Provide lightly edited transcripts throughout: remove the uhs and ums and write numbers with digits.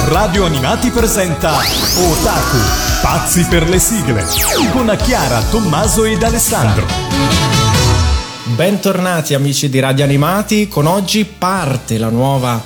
Radio Animati presenta Otaku, pazzi per le sigle, con Chiara, Tommaso ed Alessandro. Bentornati amici di Radio Animati, con oggi parte la nuova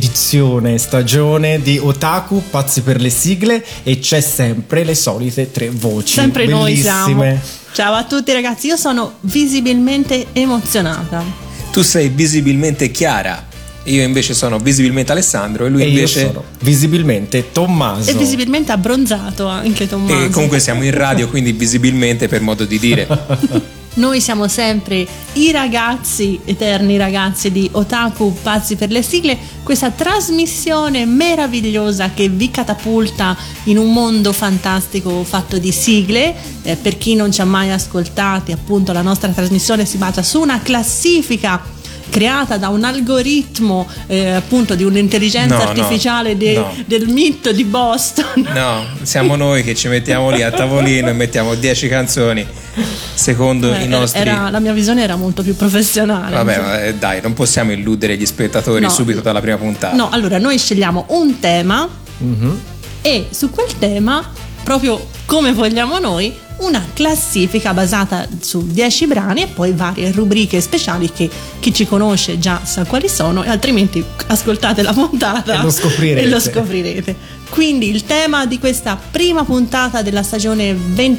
stagione di Otaku, pazzi per le sigle, e c'è sempre le solite tre voci. Sempre bellissime. Noi siamo. Ciao a tutti ragazzi, io sono visibilmente emozionata. Tu sei visibilmente Chiara, io invece sono visibilmente Alessandro e lui invece io sono visibilmente Tommaso. E visibilmente abbronzato anche Tommaso. E comunque siamo in radio, quindi visibilmente per modo di dire. Noi siamo sempre i ragazzi, eterni ragazzi di Otaku, pazzi per le sigle, questa trasmissione meravigliosa che vi catapulta in un mondo fantastico fatto di sigle. Per chi non ci ha mai ascoltati, appunto la nostra trasmissione si basa su una classifica creata da un algoritmo appunto di un'intelligenza artificiale del MIT di Boston. No, siamo noi che ci mettiamo lì a tavolino e mettiamo 10 canzoni secondo i nostri... La mia visione era molto più professionale. Vabbè, dai, non possiamo illudere gli spettatori subito dalla prima puntata. No, allora noi scegliamo un tema e su quel tema, proprio come vogliamo noi, una classifica basata su 10 brani e poi varie rubriche speciali che chi ci conosce già sa quali sono, e altrimenti ascoltate la puntata e lo scoprirete. Quindi il tema di questa prima puntata della stagione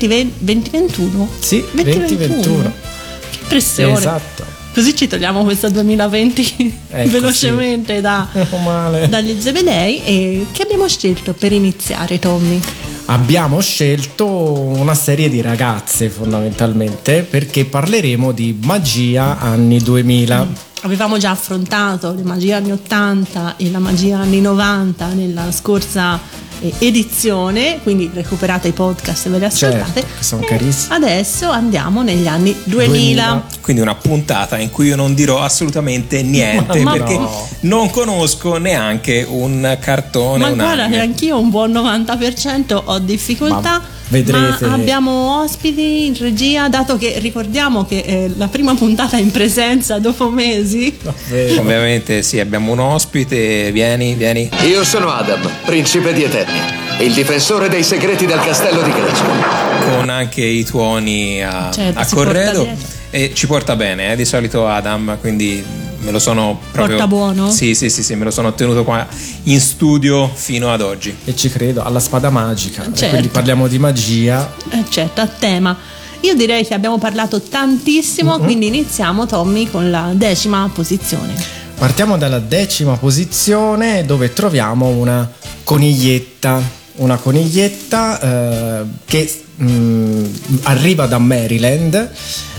2021? Sì, 2021. Che pressione. Esatto. Così ci togliamo questo 2020 velocemente dagli Zebedei. E che abbiamo scelto per iniziare, Tommy? Abbiamo scelto una serie di ragazze fondamentalmente, perché parleremo di magia anni 2000. Avevamo già affrontato le magie anni 80 e la magia anni 90 nella scorsa edizione, quindi recuperate i podcast e ve li ascoltate. Certo, che sono carissimi. Adesso andiamo negli anni 2000. Quindi una puntata in cui io non dirò assolutamente niente, perché non conosco neanche un cartone. Ma guarda che anch'io un buon 90% ho difficoltà. Vedrete. Ma abbiamo ospiti in regia, dato che ricordiamo che è la prima puntata in presenza dopo mesi. Ovviamente sì, abbiamo un ospite. Vieni. Io sono Adam, principe di Eternia, il difensore dei segreti del castello di Grayskull. Con anche i tuoni a corredo, e ci porta bene, di solito Adam, quindi me lo sono proprio... Porta buono? Sì, me lo sono tenuto qua in studio fino ad oggi. E ci credo, alla spada magica. Certo. Quindi parliamo di magia. Certo, a tema. Io direi che abbiamo parlato tantissimo, quindi iniziamo, Tommy, con la 10ª posizione. Partiamo dalla 10ª posizione, dove troviamo una coniglietta. Una coniglietta che arriva da Maryland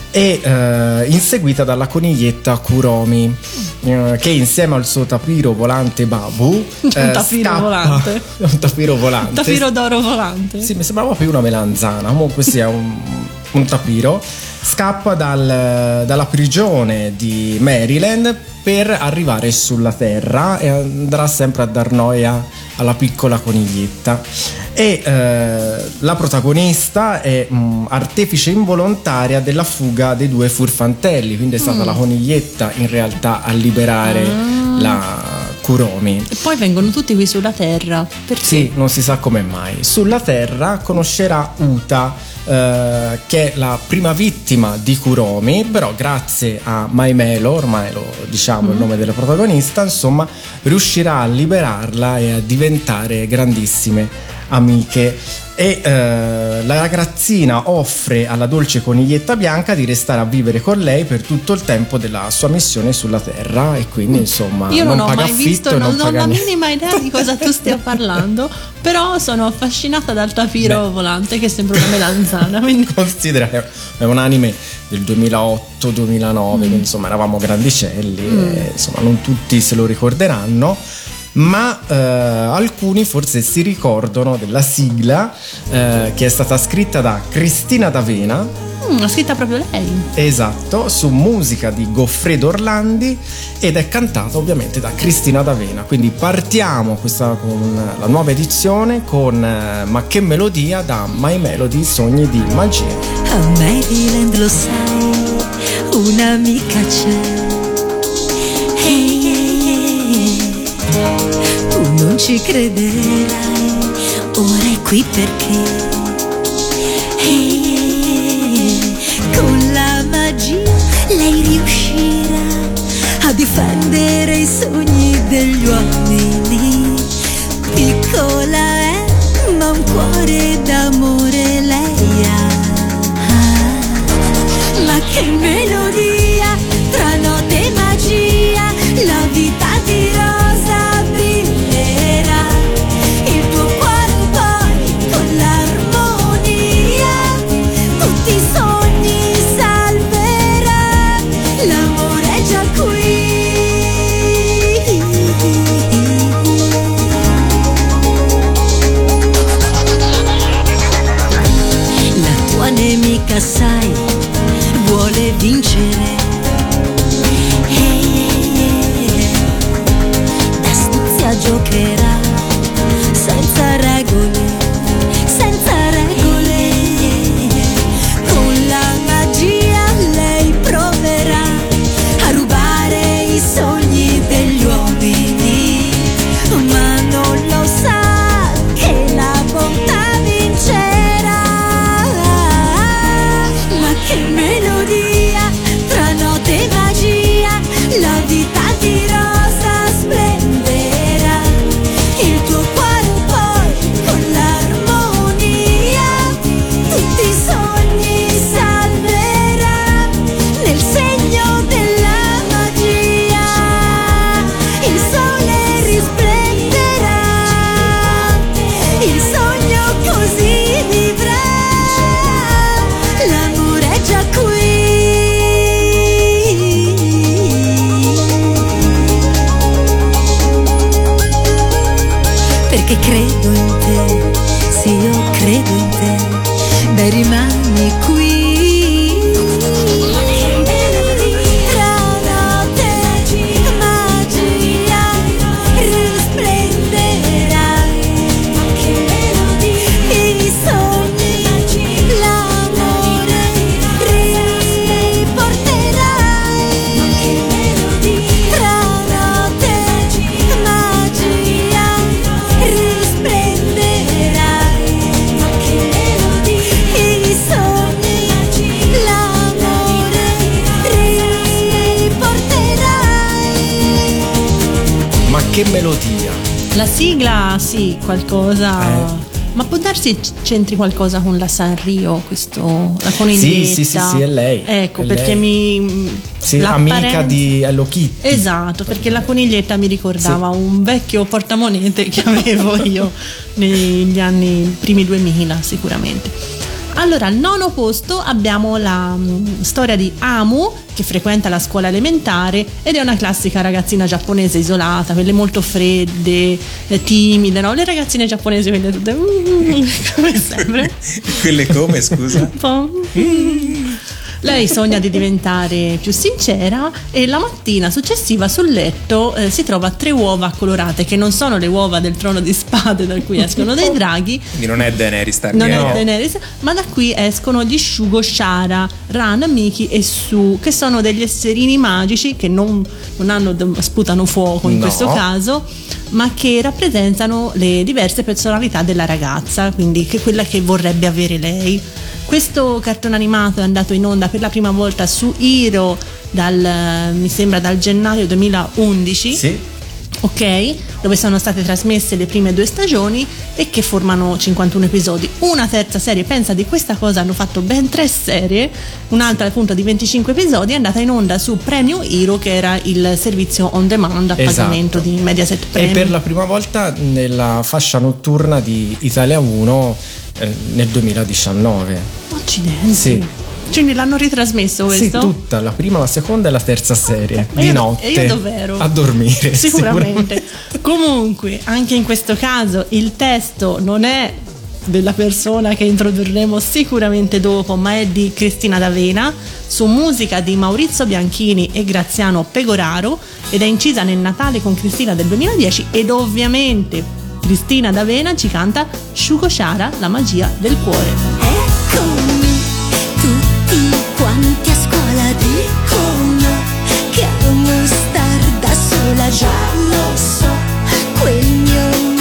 e inseguita dalla coniglietta Kuromi, che insieme al suo tapiro volante Babu un tapiro volante. Un tapiro volante. Tapiro d'oro volante. Sì, mi sembrava più una melanzana. Comunque sia un tapiro. Scappa dalla prigione di Maryland per arrivare sulla Terra, e andrà sempre a dar noia alla piccola coniglietta. E la protagonista è artefice involontaria della fuga dei due furfantelli, quindi è stata la coniglietta in realtà a liberare la Kuromi. E poi vengono tutti qui sulla Terra. Perché? Sì, non si sa come mai. Sulla Terra conoscerà Uta, che è la prima vittima di Kuromi, però grazie a Maimelo, ormai lo diciamo il nome della protagonista, insomma, riuscirà a liberarla e a diventare grandissime amiche. E la ragazzina offre alla dolce coniglietta bianca di restare a vivere con lei per tutto il tempo della sua missione sulla Terra, e quindi insomma io non ho paga mai affitto, visto, non ho la niente. minima idea di cosa tu stia parlando, però sono affascinata dal tapiro volante che sembra una melanzana, quindi... Considera che è un anime del 2008-2009, quindi insomma eravamo grandicelli e, insomma, non tutti se lo ricorderanno, ma alcuni forse si ricordano della sigla che è stata scritta da Cristina D'Avena. Ha scritta proprio lei. Esatto, su musica di Goffredo Orlandi, ed è cantata ovviamente da Cristina D'Avena. Quindi partiamo con la nuova edizione con Ma che melodia, da My Melody, Sogni di magia. A Maryland, lo sai, un'amica c'è. Hey, hey, hey. Tu non ci crederai, ora è qui perché con la magia lei riuscirà a difendere i sogni degli uomini. Piccola è, ma un cuore d'amore lei ha. Ma che melodia, tra note e magia, la vita di rosa brillerà. Il tuo cuore poi con l'armonia tutti i sogni salverà. L'amore è già qui. La tua nemica, sai, vuole vincere. D'astuzia giocherà senza regole, senza regole. Con la magia lei proverà a rubare i sogni degli uomini, ma non lo sa che la bontà vincerà. Ma che melodia, tra note e magia, la vita di rosa splenderà. Il tuo cuore poi con l'armonia tutti i sogni salverà. Nel segno della magia il sole risplenderà. Il sogno così vivrà. L'amore è già qui. Perché credo in te, sì, io credo in te, dai rimani qui. Tra notte e magia risplenderà. I sogni, l'amore riporterai. Tra notte e magia risplenderai. I sogni, l'amore riporterai. Ma che melodia! La sigla, sì, qualcosa. Ma può darsi c'entri qualcosa con la Sanrio, questo, la coniglietta? Sì, è lei. Ecco, È perché lei. Sì, amica di Hello Kitty. Esatto, perché la coniglietta mi ricordava un vecchio portamonete che avevo io negli anni primi 2000 sicuramente. Allora, al 9° posto abbiamo la storia di Amu, che frequenta la scuola elementare ed è una classica ragazzina giapponese isolata, quelle molto fredde, timide, no? Le ragazzine giapponesi, quelle tutte come sempre. Quelle come, scusa? Lei sogna di diventare più sincera e la mattina successiva sul letto si trova 3 uova colorate che non sono le uova del trono di spade da cui escono dei draghi. Quindi non è Daenerys Targaryen. Non è Daenerys, ma da qui escono gli Shugoshara, Ran, Miki e Su, che sono degli esserini magici che non sputano fuoco in questo caso, ma che rappresentano le diverse personalità della ragazza, quindi che quella che vorrebbe avere lei. Questo cartone animato è andato in onda per la prima volta su Hiro mi sembra dal gennaio 2011. Sì. Ok, dove sono state trasmesse le prime 2 stagioni e che formano 51 episodi. Una terza serie, pensa, di questa cosa hanno fatto ben 3 serie, un'altra appunto di 25 episodi è andata in onda su Premium Hiro, che era il servizio on demand a pagamento di Mediaset Premium. E per la prima volta nella fascia notturna di Italia 1 nel 2019. Accidenti. Sì. Quindi l'hanno ritrasmesso questo? Sì, tutta, la prima, la seconda e la terza serie di notte. E io dov'ero? A dormire. Sicuramente. Comunque, anche in questo caso il testo non è della persona che introdurremo sicuramente dopo, ma è di Cristina D'Avena, su musica di Maurizio Bianchini e Graziano Pegoraro, ed è incisa nel Natale con Cristina del 2010, ed ovviamente Cristina D'Avena ci canta Shugoshara, la magia del cuore. Eccomi, tutti quanti a scuola dicono che amo star da sola, già lo so, quel mio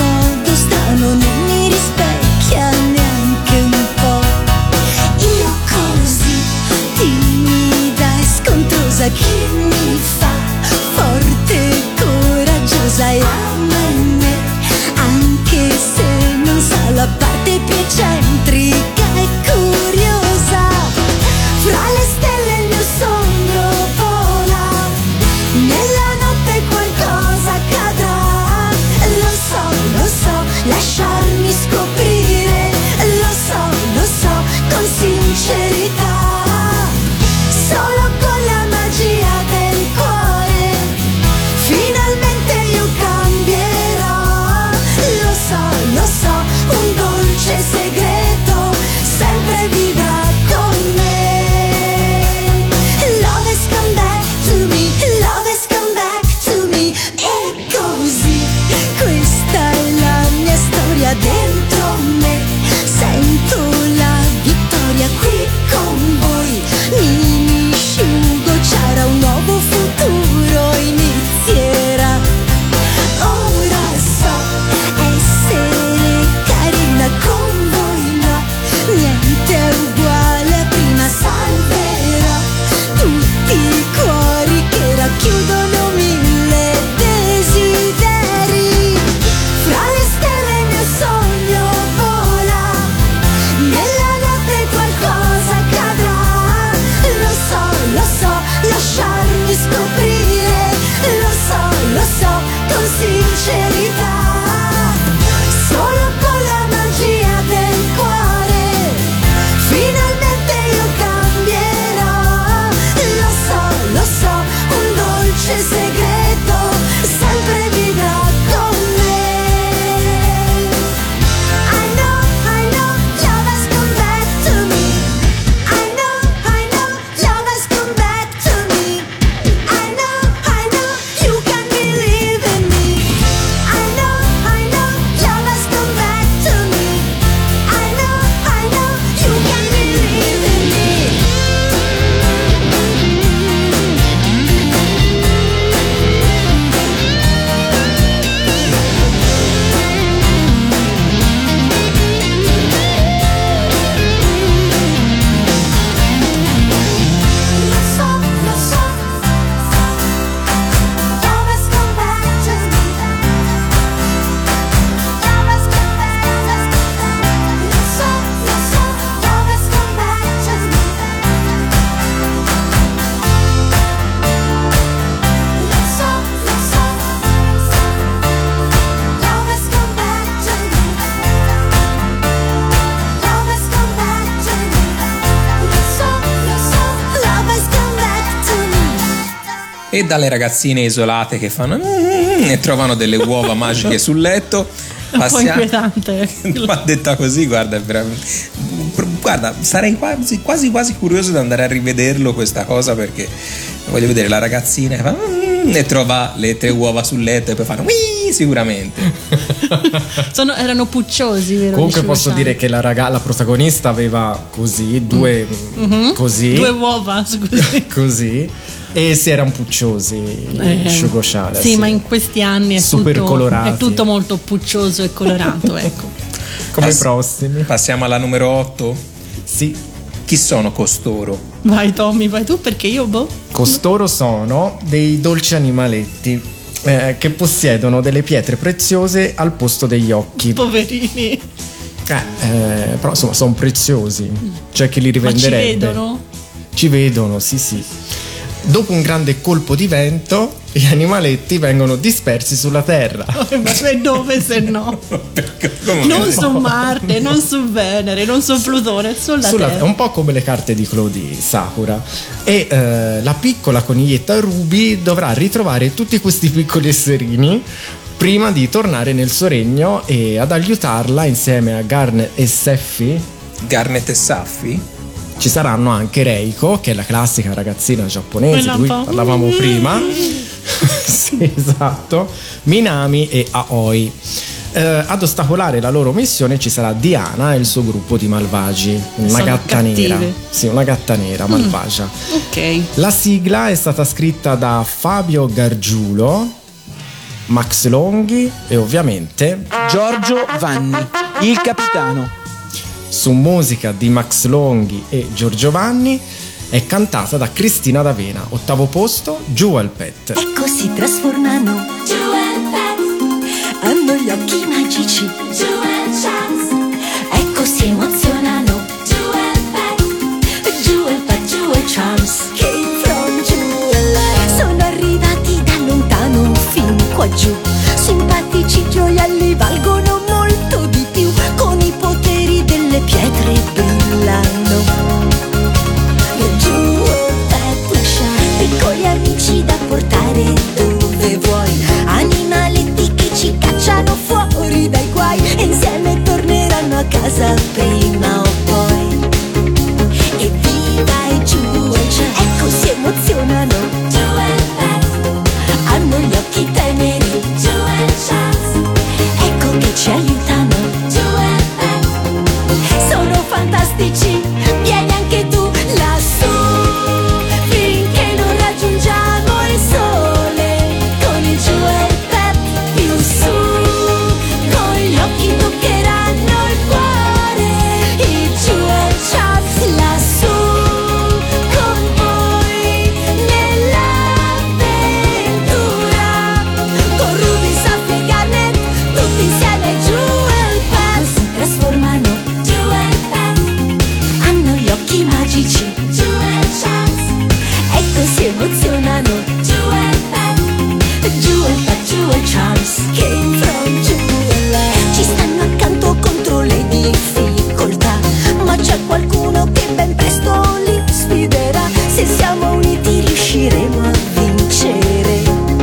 e ama me, anche se non sa la parte più eccentrica e curiosa. Fra le stelle il mio sogno vola, nella notte qualcosa accadrà. Lo so, lasciarmi scoprire, lo so, con sincerità. Solo con la magia del cuore, finalmente io cambierò. Lo so, un dolce segreto sempre vivrà con me. Love has come back to me, love has come back to me. E così, questa è la mia storia dentro me. Sento la vittoria qui con voi. Mi asciugo, c'era un nuovo futuro inizierà. Ora so essere carina con voi, no, niente è uguale a prima. Salverò tutti i cuori che racchiudono mille desideri. Fra le stelle il mio sogno vola, nella notte qualcosa accadrà. Lo so, lasciarmi scoprire, lo so, con sincerità. Solo con la magia del cuore, finalmente io cambierò. Lo so, un dolce segreto sempre vivrà con me. I know, love has come back to me. I know, love has come back to me. I know, you can believe in me. I know, love has come back to me. I know, you can believe in me. Lo so, love has come back to me. Love has come back. Lo so, love has come back to me. Lo so, love has come back to me. Love has come back to me. Lo so, love has come back to me. E dalle ragazzine isolate che fanno e trovano delle uova magiche sul letto. Un po' inquietante. Ma detta così, guarda, è veramente... guarda, sarei quasi curioso di andare a rivederlo questa cosa, perché voglio vedere la ragazzina che fa e trova le 3 uova sul letto e poi fanno sicuramente. Erano pucciosi, vero? Comunque posso dire che la protagonista aveva così due così, 2 uova, scusi. così, e si erano pucciosi sciugosciale. Sì, ma in questi anni è super tutto, colorati. è tutto molto puccioso e colorato, ecco. Come i prossimi. Passiamo alla numero 8. Sì. Chi sono costoro? Vai Tommy, vai tu, perché io Costoro sono dei dolci animaletti che possiedono delle pietre preziose al posto degli occhi. poverini. Però insomma sono preziosi. C'è chi li rivenderebbe. Ma ci vedono? Ci vedono, sì. Dopo un grande colpo di vento, gli animaletti vengono dispersi sulla Terra. Ma dove se no? Non su Marte, non su Venere, non su Plutone, sulla Terra. È un po' come le carte di Claudie Sakura. E la piccola coniglietta Ruby dovrà ritrovare tutti questi piccoli esserini prima di tornare nel suo regno, e ad aiutarla insieme a Garnet e Saffi. Garnet e Saffi? Ci saranno anche Reiko, che è la classica ragazzina giapponese di cui parlavamo prima. Sì, esatto. Minami e Aoi. Ad ostacolare la loro missione ci sarà Diana e il suo gruppo di malvagi. Una gatta cattive. nera. Sì, una gatta nera malvagia. Ok. La sigla è stata scritta da Fabio Gargiulo, Max Longhi e ovviamente Giorgio Vanni, il capitano. Su musica di Max Longhi e Giorgio Vanni, è cantata da Cristina D'Avena. 8° posto, Jewel Pet. Ecco si trasformano Jewel Pet. magici. Jewel Charms. Ecco si emozionano. Jewel Pet. Jewel Pet, Jewel Charms. Came from Jewel. Sono arrivati da lontano fin qua giù. Simpatici gioielli valgono molto di più. Con i poteri delle pietre brillano. Jewel Pet Shine. Piccoli amici da portare dove vuoi. Animaletti che ci cacciano fuori dai guai. E insieme torneranno a casa prima o poi. Evviva i Jewel Charms. Ecco si emozionano. Jewel Pet. Hanno gli occhi teneri. Jewel Charms. Ecco che ci aiutano. Jewel Pet. Sono fantastici. Vieni anche tu lassù. Finché non raggiungiamo il sole. Con il Jewel Pet più su. Con gli occhi toccheranno il cuore. I Jewel Charms lassù. Con voi nell'avventura. Con Ruby, Saffi e Garnet. Tutti insieme Jewel Pet. Si trasformano. Jewel Pet. Hanno gli occhi magici. Jewel Charms. Ecco si emozionano. Jewel Pet. Jewel Pet, Jewel Charms. Came from Jewel. Ci stanno accanto contro le difficoltà. Ma c'è qualcuno che ben presto li sfiderà. Se siamo uniti riusciremo a vincere.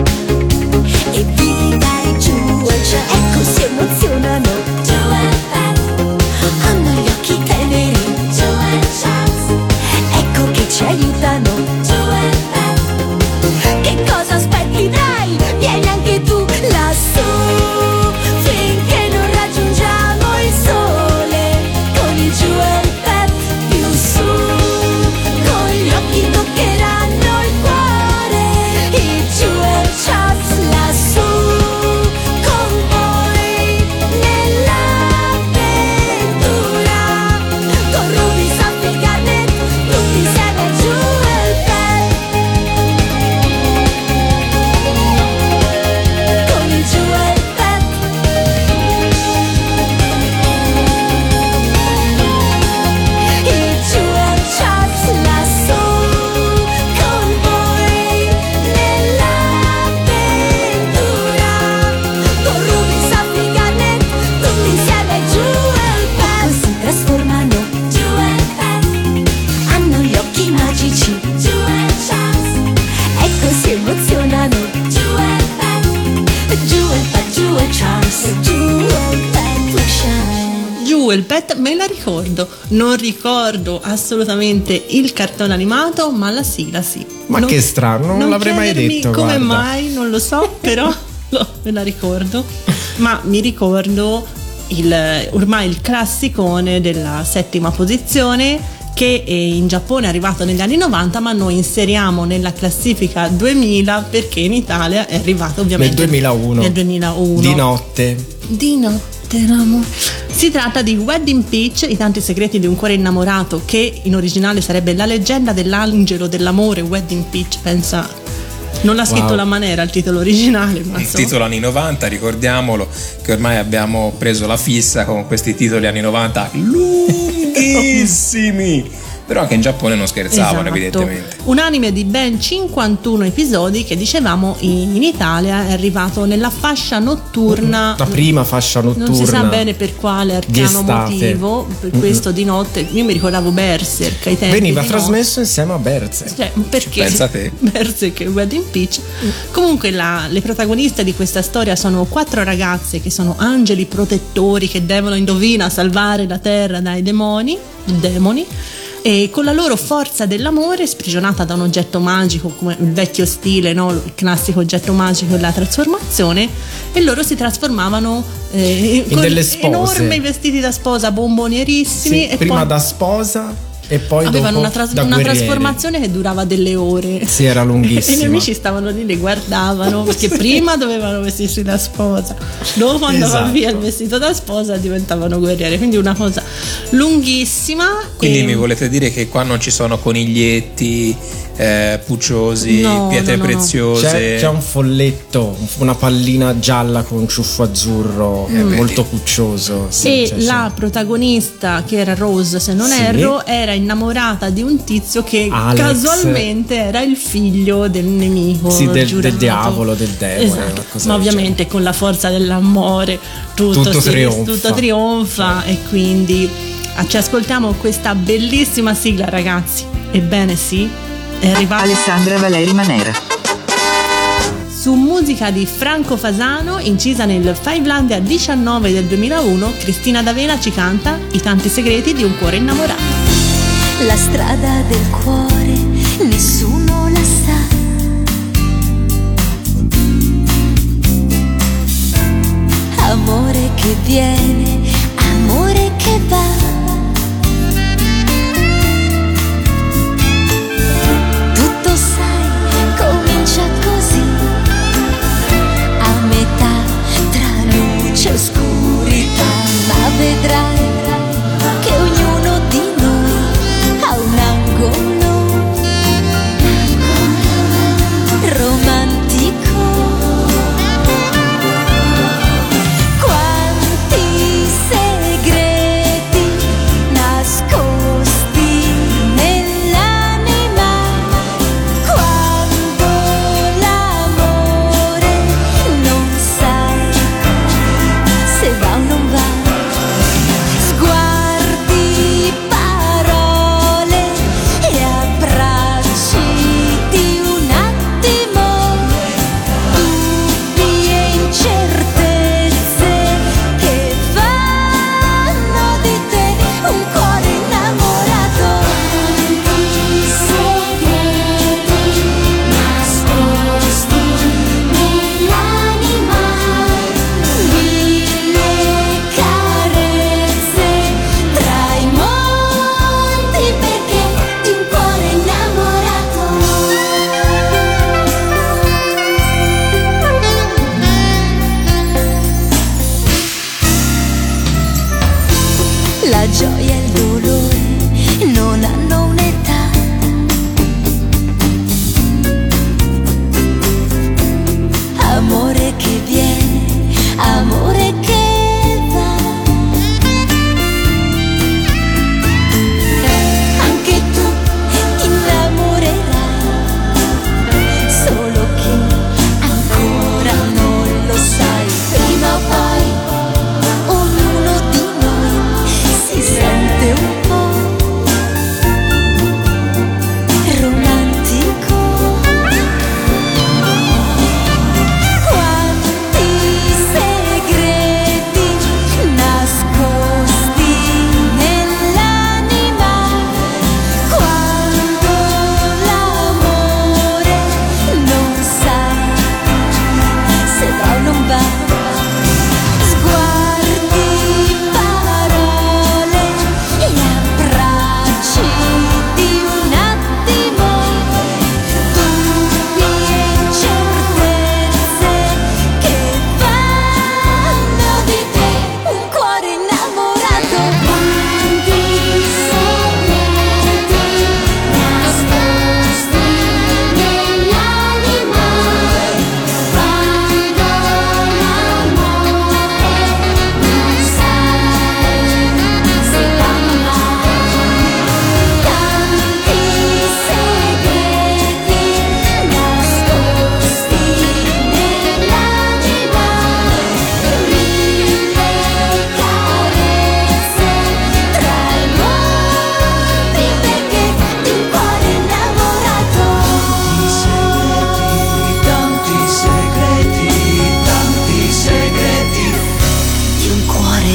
Evviva i Jewel Charms. Ecco si emozionano. Jewel Pet. Hanno gli occhi teneri. Jewel Charms. Ecco che ci aiutano. Jewel Pet. Che cosa aspetti dai? Vieni anche tu lassù. Finché non raggiungiamo il sole. Con il Jewel Pet più su. Con gli occhi toccheranno il cuore. I Jewel Charms lassù. Con voi nell'avventura. Con Ruby, Saffi e Garnet. Tutti insieme Jewel Pet. Con il Jewel Pet. I Jewel Charms lassù. Con voi nell'avventura. Con Ruby, Saffi e Garnet. Tutti insieme Jewel Pet. Si trasformano. Jewel Pet. Hanno gli occhi magici. Jewel Charms. Ecco si emozionano. Jewel Pet. Jewel Pet, Jewel Charms. Jewel Pet will shine. Jewel Pet me la ricordo, non ricordo assolutamente il cartone animato, ma la sigla sì. Ma che strano, non l'avrei mai chiedermi detto, come guarda. mai, non lo so, però me la ricordo. Ma mi ricordo ormai il classicone della 7ª posizione, che in Giappone è arrivato negli anni 90, ma noi inseriamo nella classifica 2000 perché in Italia è arrivato ovviamente Nel 2001. Nel 2001. Di notte. Di notte, l'amore. Si tratta di Wedding Peach, i tanti segreti di un cuore innamorato, che in originale sarebbe La leggenda dell'angelo dell'amore. Wedding Peach, pensa. Non l'ha scritto Wow. la Manera il titolo originale, ma Il insomma. titolo anni 90, ricordiamolo che ormai abbiamo preso la fissa con questi titoli anni 90 lunghissimi. Però anche in Giappone non scherzavano, Esatto. evidentemente. Un anime di ben 51 episodi che, dicevamo, in Italia è arrivato nella fascia notturna. La prima fascia notturna. Non si sa bene per quale Di arcano estate. motivo, per questo di notte. Io mi ricordavo Berserk ai tempi. Veniva di trasmesso insieme a Berserk. Cioè, perché? Pensa a te. Berserk e Wedding Peach. Comunque le protagoniste di questa storia sono 4 ragazze che sono angeli protettori che devono, indovina, salvare la terra dai demoni. E con la loro forza dell'amore, sprigionata da un oggetto magico, come il vecchio stile, no? Il classico oggetto magico della trasformazione, e loro si trasformavano con delle spose. enormi vestiti da sposa bombonierissimi. Sì, e prima poi da sposa, e poi avevano dopo una da guerrieri. trasformazione che durava delle ore. Sì, era lunghissima. E i nemici stavano lì, le guardavano perché prima dovevano vestirsi da sposa, dopo andava Esatto. via il vestito da sposa, diventavano guerriere, quindi una cosa lunghissima. Quindi e- mi volete dire che qua non ci sono coniglietti, pucciosi, No, pietre no, no, no. preziose? C'è un folletto, una pallina gialla con ciuffo azzurro, molto puccioso. Sì, e cioè, la protagonista, che era Rose se non Sì. erro, era innamorata di un tizio che Alex. casualmente era il figlio del nemico Sì, del giurato. diavolo, del demone, Esatto. una cosa Ma del ovviamente con la forza dell'amore tutto trionfa. trionfa e quindi ci ascoltiamo questa bellissima sigla, ragazzi. Ebbene sì, è arrivata Alessandra Valeri Manera. su musica di Franco Fasano, incisa nel Fivelandia 19 del 2001. Cristina D'Avena ci canta I tanti segreti di un cuore innamorato. La strada del cuore nessuno la sa. Amore che viene, amore che va. Tutto sai, comincia così. A metà tra luce e oscurità, ma vedrai che ognuno di noi ha un angolo romantico. Quanti segreti nascosti nell'anima, quando l'amore non sai se va o non va. Sguardi, parole e abbracci di un attimo, dubbi e incertezze che fanno di te un cuore innamorato. Tanti segreti nascosti nell'anima, mille carezze tra i monti, perché di un cuore innamorato. La gioia e il dolore non hanno un'età. Amore che viene, amore che va. Anche tu ti innamorerai, solo che ancora non lo sai. Prima o poi ognuno di noi si sente un po' romantico. Quanti segreti nascosti nell'anima, quando l'amore non sa se va o non va. Sguardi, parole e abbracci di un attimo, dubbi e incertezze che fanno di te un cuore innamorato. Quanti segreti nascosti nell'anima, quando l'amore non sai se va o non va. Tanti segreti nascosti nell'anima, mille carezze tra i monti, perché di un cuore innamorato. Tanti segreti di un cuore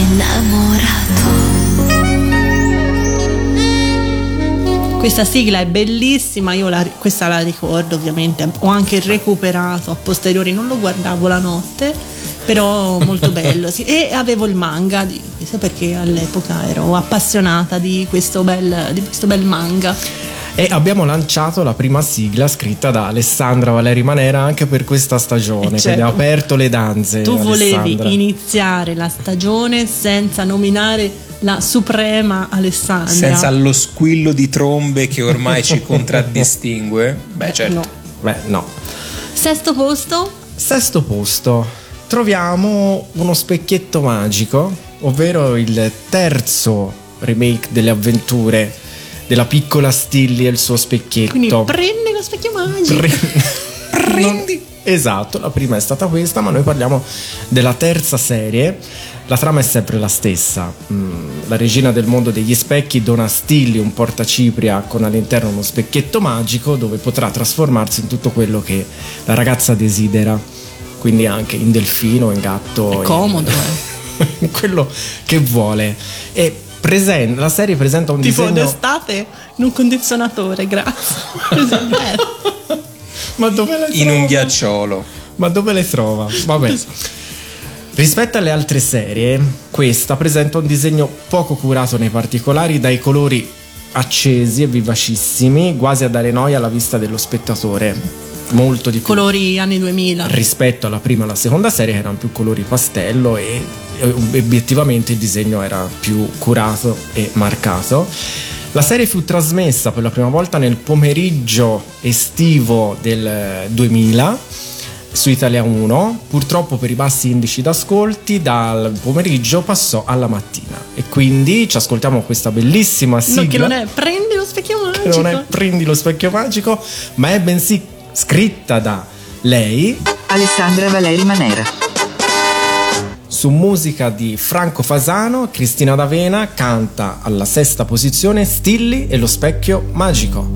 innamorato. Questa sigla è bellissima, questa la ricordo ovviamente, ho anche recuperato a posteriori, non lo guardavo la notte, però molto bello, sì. E avevo il manga di questo perché all'epoca ero appassionata di questo bel manga. E abbiamo lanciato la prima sigla scritta da Alessandra Valeri Manera anche per questa stagione, certo. quindi ha aperto le danze. Tu volevi Alessandra iniziare la stagione senza nominare la suprema Alessandra, senza lo squillo di trombe che ormai ci contraddistingue. Beh, certo. No. Beh, no. Sesto posto, troviamo uno specchietto magico, ovvero il terzo remake delle avventure della piccola Stilly e il suo specchietto. quindi prendi lo specchio magico. Prendi. Esatto, la prima è stata questa, ma noi parliamo della terza serie. La trama è sempre la stessa. La regina del mondo degli specchi dona a Stilly un portacipria con all'interno uno specchietto magico dove potrà trasformarsi in tutto quello che la ragazza desidera. Quindi anche in delfino, in gatto. È comodo, in quello che vuole. E la serie presenta un tipo disegno. d'estate in un condizionatore, grazie. Ma dove le In un ghiacciolo. Ma dove le trova? Vabbè. Rispetto alle altre serie, questa presenta un disegno poco curato nei particolari, dai colori accesi e vivacissimi, quasi a dare noia alla vista dello spettatore. Molto di più colori anni 2000 rispetto alla prima e alla seconda serie, che erano più colori pastello e obiettivamente il disegno era più curato e marcato. La serie fu trasmessa per la prima volta nel pomeriggio estivo del 2000 su Italia 1. Purtroppo per i bassi indici d'ascolti dal pomeriggio passò alla mattina e quindi ci ascoltiamo questa bellissima sigla, che non è prendi lo specchio magico, che non è prendi lo specchio magico, ma è bensì scritta da lei, Alessandra Valeri Manera, su musica di Franco Fasano. Cristina D'Avena canta alla sesta posizione Stilly e lo specchio magico.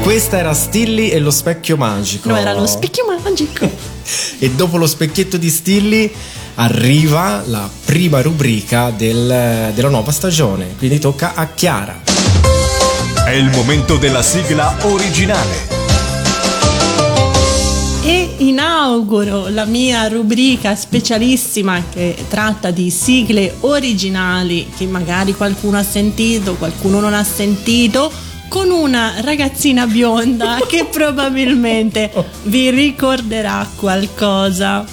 Questa era Stilli e lo specchio magico. No, era lo specchio magico. E dopo lo specchietto di Stilli arriva la prima rubrica della nuova stagione, quindi tocca a Chiara. È il momento della sigla originale. E inauguro la mia rubrica specialissima che tratta di sigle originali che magari qualcuno ha sentito, qualcuno non ha sentito, con una ragazzina bionda che probabilmente vi ricorderà qualcosa.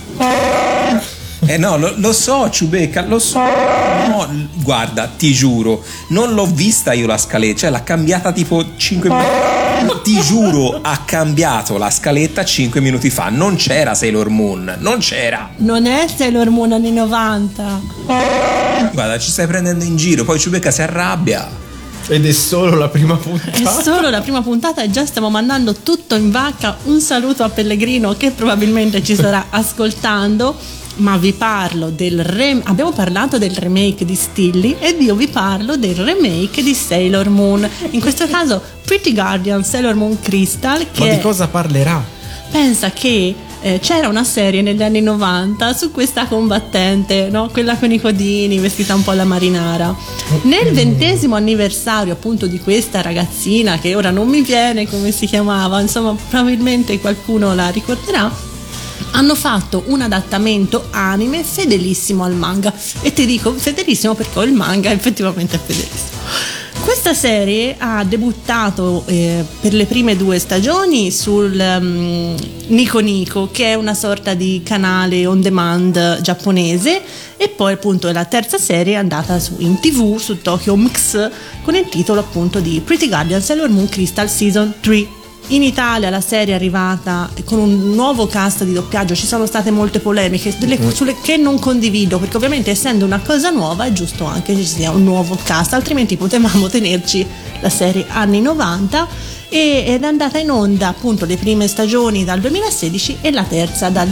No, lo so, Ciubecca, lo so. No, guarda, ti giuro, non l'ho vista io la scaletta, cioè l'ha cambiata tipo 5 minuti. Ti giuro, ha cambiato la scaletta 5 minuti fa. Non c'era Sailor Moon, non c'era. Non è Sailor Moon anni 90. Guarda, ci stai prendendo in giro, poi Ciubecca si arrabbia. Ed è solo la prima puntata. È solo la prima puntata e già stiamo mandando tutto in vacca. Un saluto a Pellegrino che probabilmente ci starà ascoltando. Ma vi parlo abbiamo parlato del remake di Stilli ed io vi parlo del remake di Sailor Moon. In questo caso Pretty Guardian Sailor Moon Crystal. Ma di cosa parlerà? Pensa che c'era una serie negli anni 90 su questa combattente, no? Quella con i codini, vestita un po' alla marinara. Nel 20° anniversario appunto di questa ragazzina, che ora non mi viene come si chiamava, insomma probabilmente qualcuno la ricorderà, hanno fatto un adattamento anime fedelissimo al manga. E ti dico fedelissimo perché il manga effettivamente è fedelissimo. Questa serie ha debuttato per le prime 2 stagioni sul Nico Nico, che è una sorta di canale on demand giapponese, e poi appunto la terza serie è andata in TV su Tokyo Mix con il titolo appunto di Pretty Guardian Sailor Moon Crystal Season 3. In Italia la serie è arrivata con un nuovo cast di doppiaggio, ci sono state molte polemiche sulle che non condivido, perché ovviamente essendo una cosa nuova è giusto anche che ci sia un nuovo cast, altrimenti potevamo tenerci la serie anni 90, ed è andata in onda appunto le prime stagioni dal 2016 e la terza dal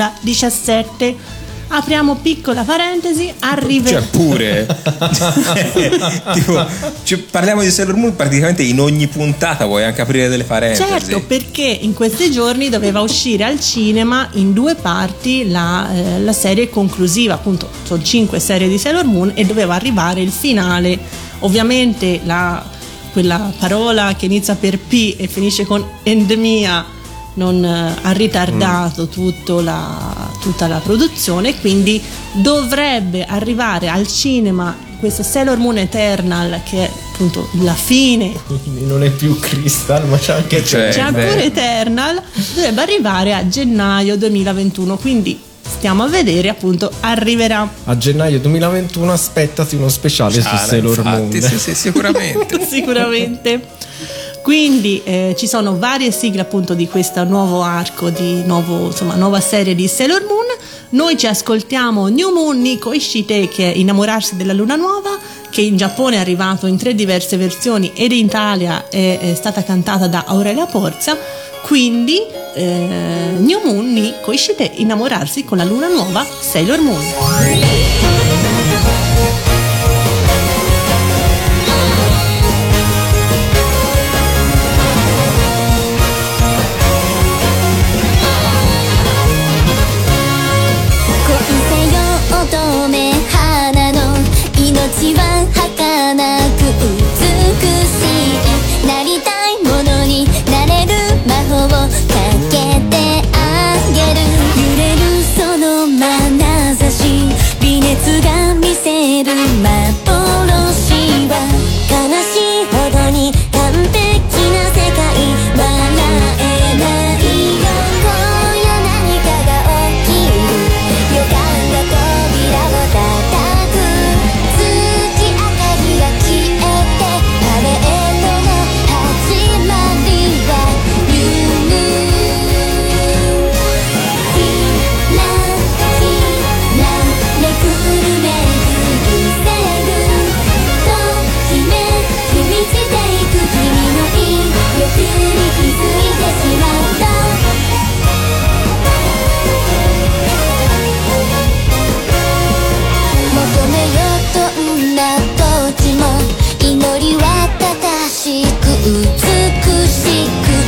2017. Apriamo piccola parentesi, Cioè pure tipo, parliamo di Sailor Moon praticamente in ogni puntata, vuoi anche aprire delle parentesi? Certo, perché in questi giorni doveva uscire al cinema in 2 parti la serie conclusiva, appunto sono 5 serie di Sailor Moon e doveva arrivare il finale. Ovviamente quella parola che inizia per P e finisce con endemia non ha ritardato tutta la produzione, quindi dovrebbe arrivare al cinema questa Sailor Moon Eternal, che è appunto la fine. Quindi non è più Crystal, ma c'è anche pure Eternal, dovrebbe arrivare a gennaio 2021, quindi stiamo a vedere, appunto arriverà a gennaio 2021. Aspettati uno speciale su Sailor Moon. Sì, sicuramente. Sicuramente. Quindi ci sono varie sigle appunto di questo nuovo arco, nuova serie di Sailor Moon. Noi ci ascoltiamo New Moon Nico Ishite, che è Innamorarsi della luna nuova, che in Giappone è arrivato in 3 diverse versioni ed in Italia è stata cantata da Aurelia Porza. Quindi New Moon Nico Ishite, Innamorarsi con la luna nuova Sailor Moon. 命は儚く美しいなりたいものになれる魔法をかけてあげる揺れるその眼差し微熱が見せる幻は悲しいほどに完璧な世界笑えないよ今夜何かが起きる予感が扉を叩く祈りは正しく美しく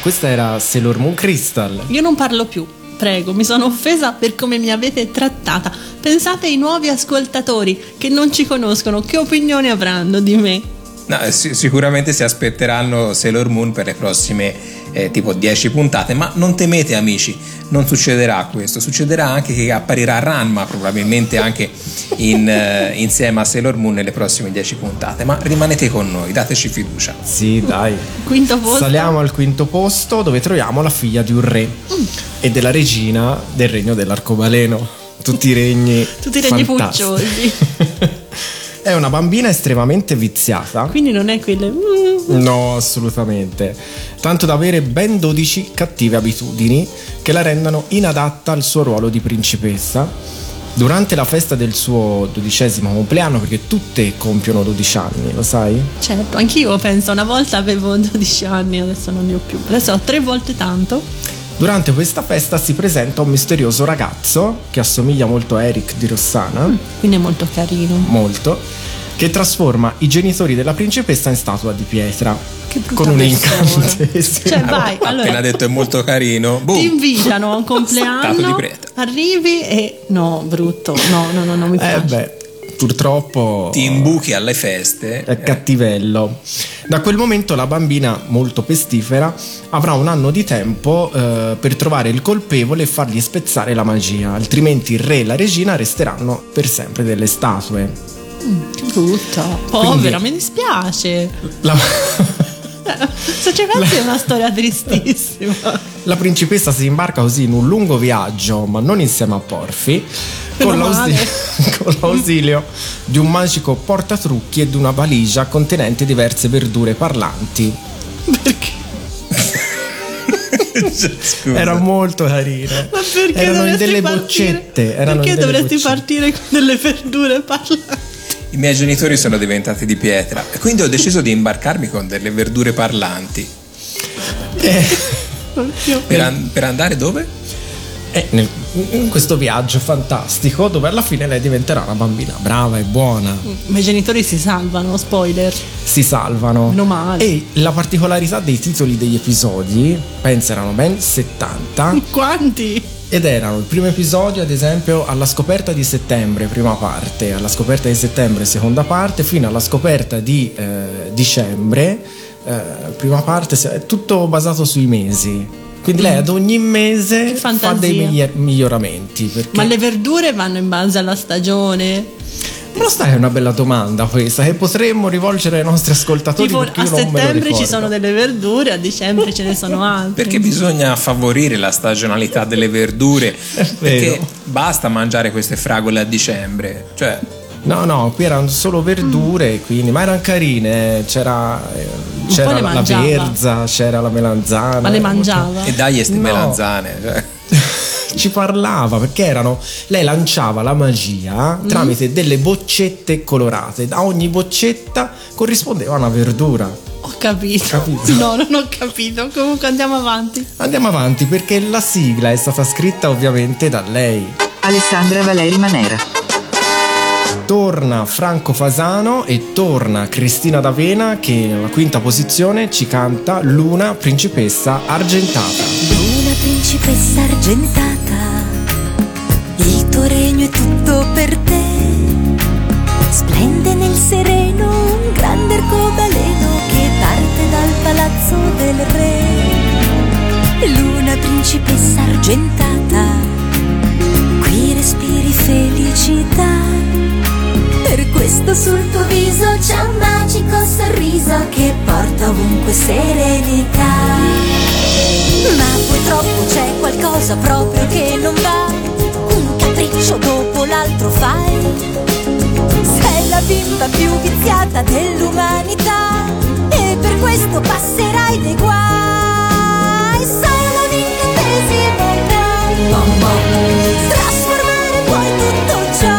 questa era Sailor Moon Crystal. Io non parlo più. Prego, mi sono offesa per come mi avete trattata. Pensate ai nuovi ascoltatori che non ci conoscono, che opinione avranno di me? No, sicuramente si aspetteranno Sailor Moon per le prossime tipo 10 puntate, ma non temete amici, non succederà questo, succederà anche che apparirà Ranma probabilmente anche insieme a Sailor Moon nelle prossime 10 puntate, ma rimanete con noi, dateci fiducia. Sì, dai. Quinto posto. Saliamo al quinto posto, dove troviamo la figlia di un re e della regina del regno dell'arcobaleno. Tutti i regni pucciosi. È una bambina estremamente viziata. Quindi non è quelle... No, assolutamente. Tanto da avere ben 12 cattive abitudini che la rendono inadatta al suo ruolo di principessa. Durante la festa del suo 12° compleanno, perché tutte compiono 12 anni, lo sai? Certo, anch'io penso, una volta avevo 12 anni, adesso non ne ho più. Adesso ho 3 volte tanto. Durante questa festa si presenta un misterioso ragazzo che assomiglia molto a Eric di Rossana. Quindi è molto carino. Molto. Che trasforma i genitori della principessa in statua di pietra. Che brutta con un persona. incantesimo. Cioè vai, allora, appena detto è molto carino. ti invitano a un Statua di compleanno, pietra. arrivi e... No, brutto. No, non mi piace. Beh, purtroppo Ti imbuchi alle feste. è cattivello. Da quel momento la bambina, molto pestifera, avrà un anno di tempo per trovare il colpevole e fargli spezzare la magia, altrimenti il re e la regina resteranno per sempre delle statue. Che brutta. Povera, mi dispiace. Se ci pensi è una storia tristissima. La principessa si imbarca così in un lungo viaggio, ma non insieme a Porfi, con l'ausilio di un magico portatrucchi e di una valigia contenente diverse verdure parlanti. Perché? Scusa. Erano molto carine. Ma perché erano in delle partire? boccette. Perché dovresti partire con delle verdure parlanti? I miei genitori sono diventati di pietra e quindi ho deciso di imbarcarmi con delle verdure parlanti. Per andare dove? In questo viaggio fantastico dove alla fine lei diventerà una bambina brava e buona. I miei genitori si salvano, spoiler. Si salvano. Meno male. E la particolarità dei titoli degli episodi, penso erano ben 70. Quanti? Ed erano il primo episodio, ad esempio, alla scoperta di settembre, prima parte, alla scoperta di settembre, seconda parte, fino alla scoperta di dicembre, prima parte, è tutto basato sui mesi. Quindi lei ad ogni mese fa dei miglioramenti. Ma le verdure vanno in base alla stagione? Questa è una bella domanda questa che potremmo rivolgere ai nostri ascoltatori. Tipo perché a io non me lo settembre ci ricordo. sono delle verdure, a dicembre ce ne sono altre. Perché bisogna favorire la stagionalità delle verdure. Perché basta mangiare queste fragole a dicembre. Cioè, No, qui erano solo verdure, quindi, ma erano carine. C'era la mangiava. verza, c'era la melanzana. Ma le mangiava? e dagli ste No. melanzane. Cioè. Ci parlava perché lei lanciava la magia tramite delle boccette colorate. A ogni boccetta corrispondeva una verdura. Ho capito. Capito? No, non ho capito. Comunque andiamo avanti. Andiamo avanti perché la sigla è stata scritta ovviamente da lei. Alessandra Valeri Manera. Torna Franco Fasano e torna Cristina D'Avena che alla quinta posizione ci canta Luna principessa argentata. Luna principessa argentata, il tuo regno è tutto per te. Splende nel sereno un grande arcobaleno che parte dal palazzo del re. Luna principessa argentata, qui respiri felicità. Per questo sul tuo viso c'è un magico sorriso che porta ovunque serenità. Ma purtroppo c'è qualcosa proprio che non va, un capriccio dopo l'altro fai. Sei la bimba più viziata dell'umanità e per questo passerai dei guai. Solo l'incantesimo può trasformare poi tutto ciò.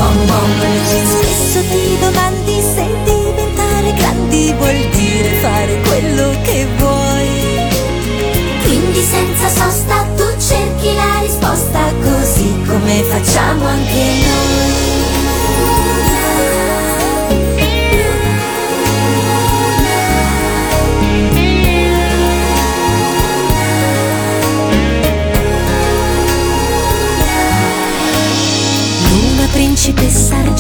Spesso ti domandi se diventare grandi vuol dire fare quello che vuoi. Quindi senza sosta tu cerchi la risposta, così come facciamo anche noi.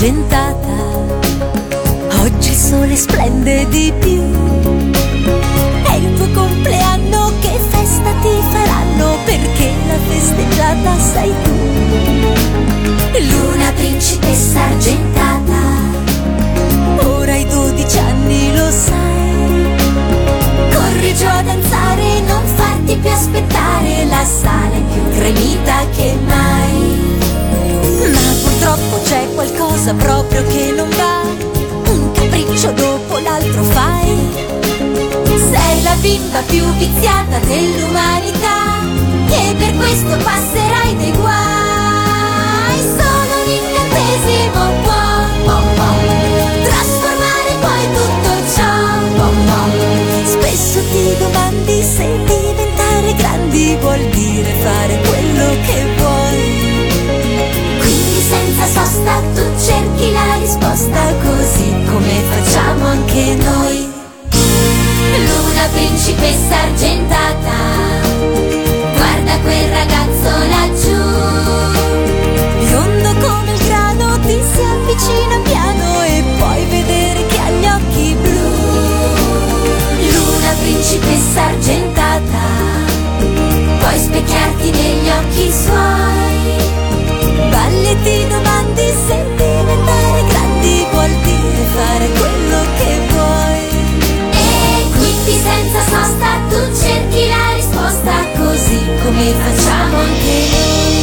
argentata, oggi il sole splende di più. È il tuo compleanno, che festa ti faranno, perché la festeggiata sei tu. Luna principessa argentata, ora hai 12 anni, lo sai. Corri giù a danzare, non farti più aspettare, la sala è più gremita che mai. Ma purtroppo c'è qualcosa proprio che non va, un capriccio dopo l'altro fai. Sei la bimba più viziata dell'umanità e per questo passerai dei guai. Solo un incantesimo può trasformare poi tutto ciò. Spesso ti domandi se diventare grandi vuol dire fare quello che vuoi. Quindi senza sosta tu cerchi la risposta, così come facciamo anche noi. Luna principessa argentata, guarda quel ragazzo laggiù, biondo come il grano, ti si avvicina piano e puoi vedere che ha gli occhi blu. Luna principessa argentata, puoi specchiarti negli occhi suoi. Balli e ti domandi se diventare grandi vuol dire fare quello che vuoi. Senza sosta tu cerchi la risposta, così come facciamo anche noi.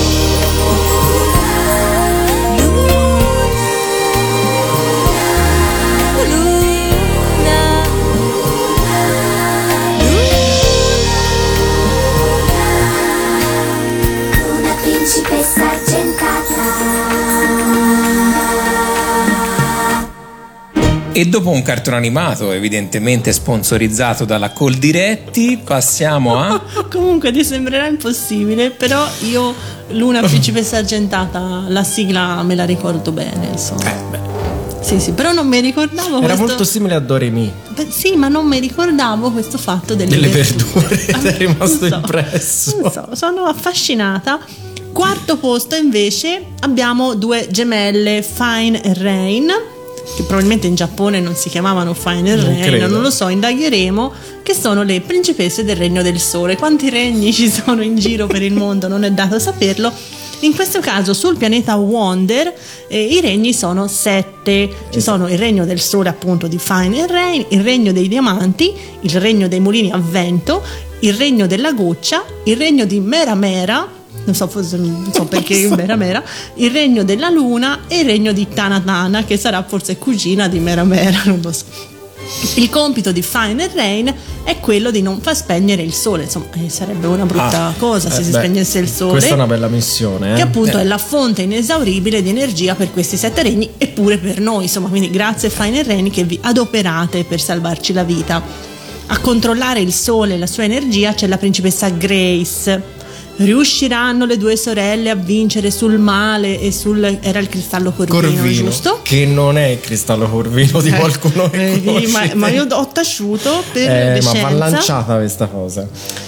Luna principessa argentata. E dopo un cartone animato evidentemente sponsorizzato dalla Coldiretti, passiamo a... Comunque ti sembrerà impossibile, però io Luna principessa argentata, la sigla me la ricordo bene, insomma. Sì, però non mi ricordavo era questo... molto simile a Doremi. Sì, ma non mi ricordavo questo fatto delle verdure. Ti è rimasto non so, impresso. Non so, sono affascinata. Quarto posto invece abbiamo due gemelle, Fine e Rain, che probabilmente in Giappone non si chiamavano Fine e Rain, non lo so, indagheremo, che sono le principesse del Regno del Sole. Quanti regni ci sono in giro per il mondo non è dato saperlo. In questo caso sul pianeta Wonder i regni sono 7. Ci sono il regno del sole, appunto, di Fine e Rain, il regno dei diamanti, il regno dei mulini a vento, il regno della goccia, il regno di Mera Mera, non so perché Mera Mera, il regno della luna e il regno di Tana Tana, che sarà forse cugina di Mera Mera, non lo so. Il compito di Fine e Rain è quello di non far spegnere il sole, insomma, sarebbe una brutta cosa se si spegnesse il sole. Questa è una bella missione, che appunto è la fonte inesauribile di energia per questi 7 regni e pure per noi, insomma, quindi grazie Fine e Rain che vi adoperate per salvarci la vita. A controllare il sole e la sua energia c'è la principessa Grace. Riusciranno le due sorelle a vincere sul male e era il cristallo corvino, giusto? Che non è il cristallo corvino di qualcuno che ma io ho taciuto per decenza. Ma va lanciata questa cosa.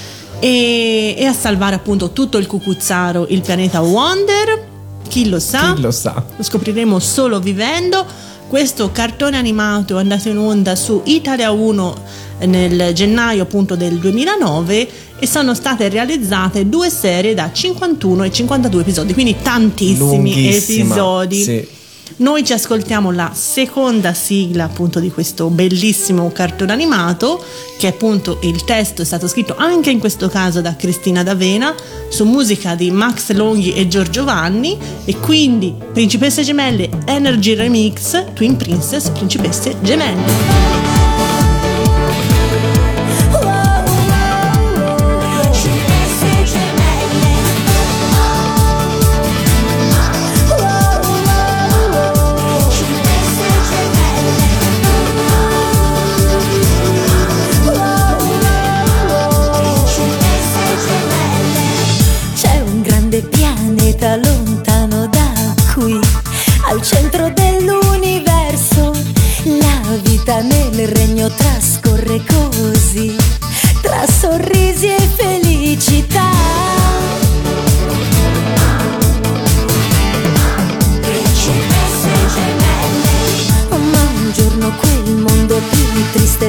E a salvare appunto tutto il cucuzzaro, il pianeta Wonder. Chi lo sa? Lo scopriremo solo vivendo. Questo cartone animato è andato in onda su Italia 1 nel gennaio appunto del 2009 e sono state realizzate 2 serie da 51 e 52 episodi, quindi tantissimi episodi. Sì. Noi ci ascoltiamo la seconda sigla appunto di questo bellissimo cartone animato, che appunto il testo è stato scritto anche in questo caso da Cristina D'Avena su musica di Max Longhi e Giorgio Vanni, e quindi Principesse Gemelle Energy Remix, Twin Princess Principesse Gemelle. Lontano da qui, al centro dell'universo, la vita nel regno trascorre così, tra sorrisi e felicità. Principesse gemelle.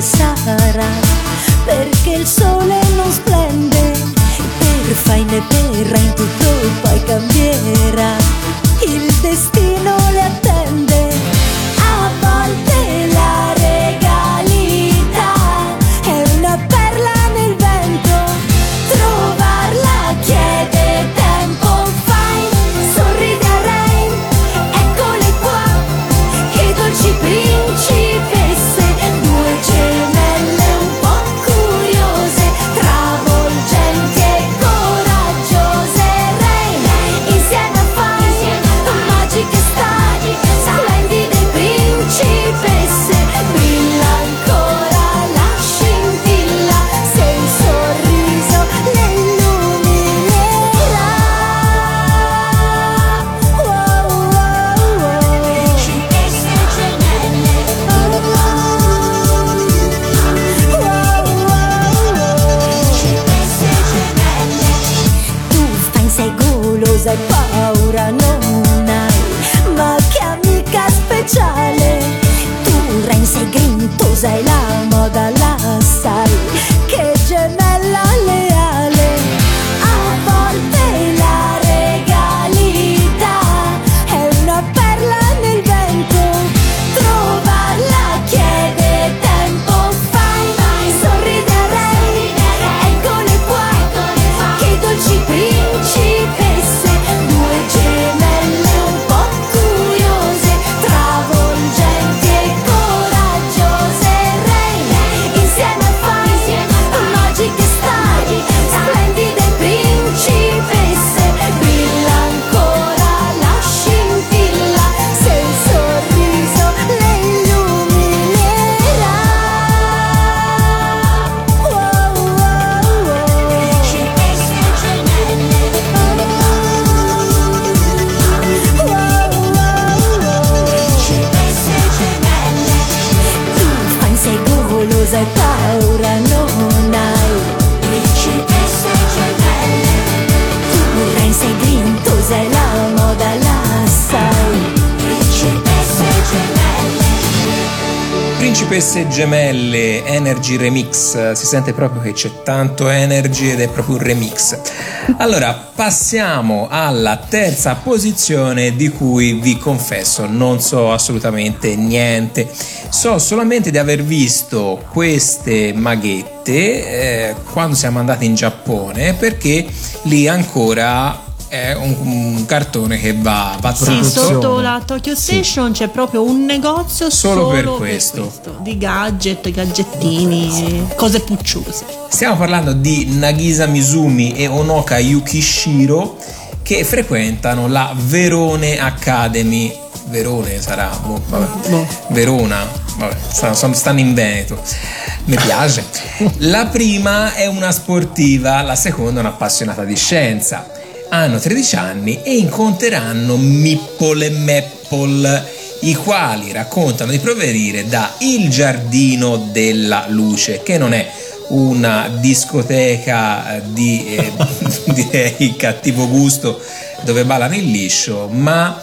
sarà, perché il sole non splende, per faine e per in tutto poi cambierà, il destino le attende, a volte la regalità è una perla nel vento, trovarla chiede tempo, fai, sorridi a Rain, eccole qua, che dolci principesse, due gemelle un po' curiose, travolgenti e coraggiose, Rain, insieme a fai, magiche stadi, splendide principesse, brilla ancora la scintilla, se il sorriso le illuminerà. Wow, wow, wow. Principesse gemelle. Wow, wow, wow. Principesse gemelle. Tu fai sei golosa e paura non hai, ma che amica speciale. Tu Rain sei grintosa e la moda la sai, che gemella leale. A volte la regalità è una perla nel vento, trovarla chiede tempo, fai, sorride a Rain, eccole qua, che dolci principesse, due gemelle un po' curiose, travolgenti e coraggiose, Rain, insieme a fai, magiche stadi, splendide principesse, brilla ancora la scintilla, se il sorriso le illuminerà. Wow, wow, wow. Principesse gemelle. Wow, wow, wow. Principesse gemelle. Tu fai sei golosa e paura non hai, principesse gemelle. Tu Rain sei grintosa e la moda la sai, principesse gemelle. Principesse gemelle, Energy Remix, si sente proprio che c'è tanto energy ed è proprio un remix. Allora, passiamo alla terza posizione di cui vi confesso non so assolutamente niente. So solamente di aver visto queste maghette quando siamo andati in Giappone, perché lì ancora è un cartone che va Sì, produzione. sotto la Tokyo Station c'è proprio un negozio Solo per per questo. di gadgettini, cose pucciose. Stiamo parlando di Nagisa Mizumi e Onoka Yukishiro, che frequentano la Verone Academy. Verone sarà, vabbè. Verona, vabbè, stanno in Veneto. Mi piace. La prima è una sportiva, la seconda è un'appassionata di scienza. Hanno 13 anni e incontreranno Mippole e Meppol, i quali raccontano di provenire da Il Giardino della Luce, che non è una discoteca di direi cattivo gusto dove ballano il liscio, ma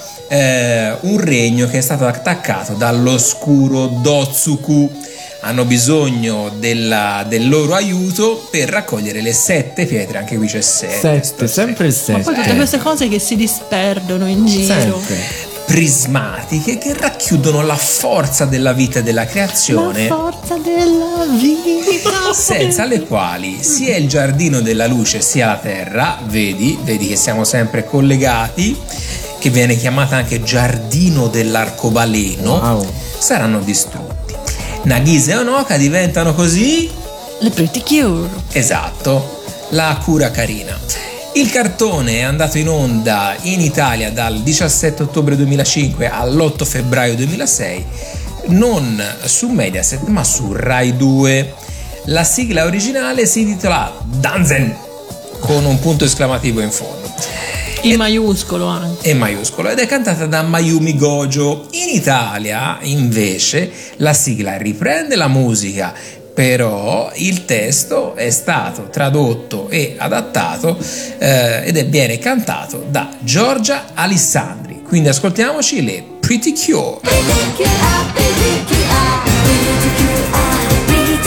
un regno che è stato attaccato dall'oscuro Dotsuku. Hanno bisogno del loro aiuto per raccogliere le 7 pietre. Anche qui c'è 7, sempre il 7. Ma poi tutte queste cose che si disperdono in giro. Prismatiche che racchiudono la forza della vita e della creazione, La forza della vita, senza le quali sia il Giardino della Luce sia la Terra, vedi che siamo sempre collegati, che viene chiamata anche Giardino dell'Arcobaleno, saranno distrutti. Nagisa e Onoka diventano così le Pretty Cure. Esatto, la cura carina. Il cartone è andato in onda in Italia dal 17 ottobre 2005 all'8 febbraio 2006, non su Mediaset ma su Rai 2. La sigla originale si intitola Danzen, con un punto esclamativo in fondo. In maiuscolo anche. In maiuscolo, ed è cantata da Mayumi Gojo. In Italia invece la sigla riprende la musica, però il testo è stato tradotto e adattato ed viene cantato da Giorgia Alessandri. Quindi ascoltiamoci le Pretty Cure. Pretty Cure, pretty Cure, pretty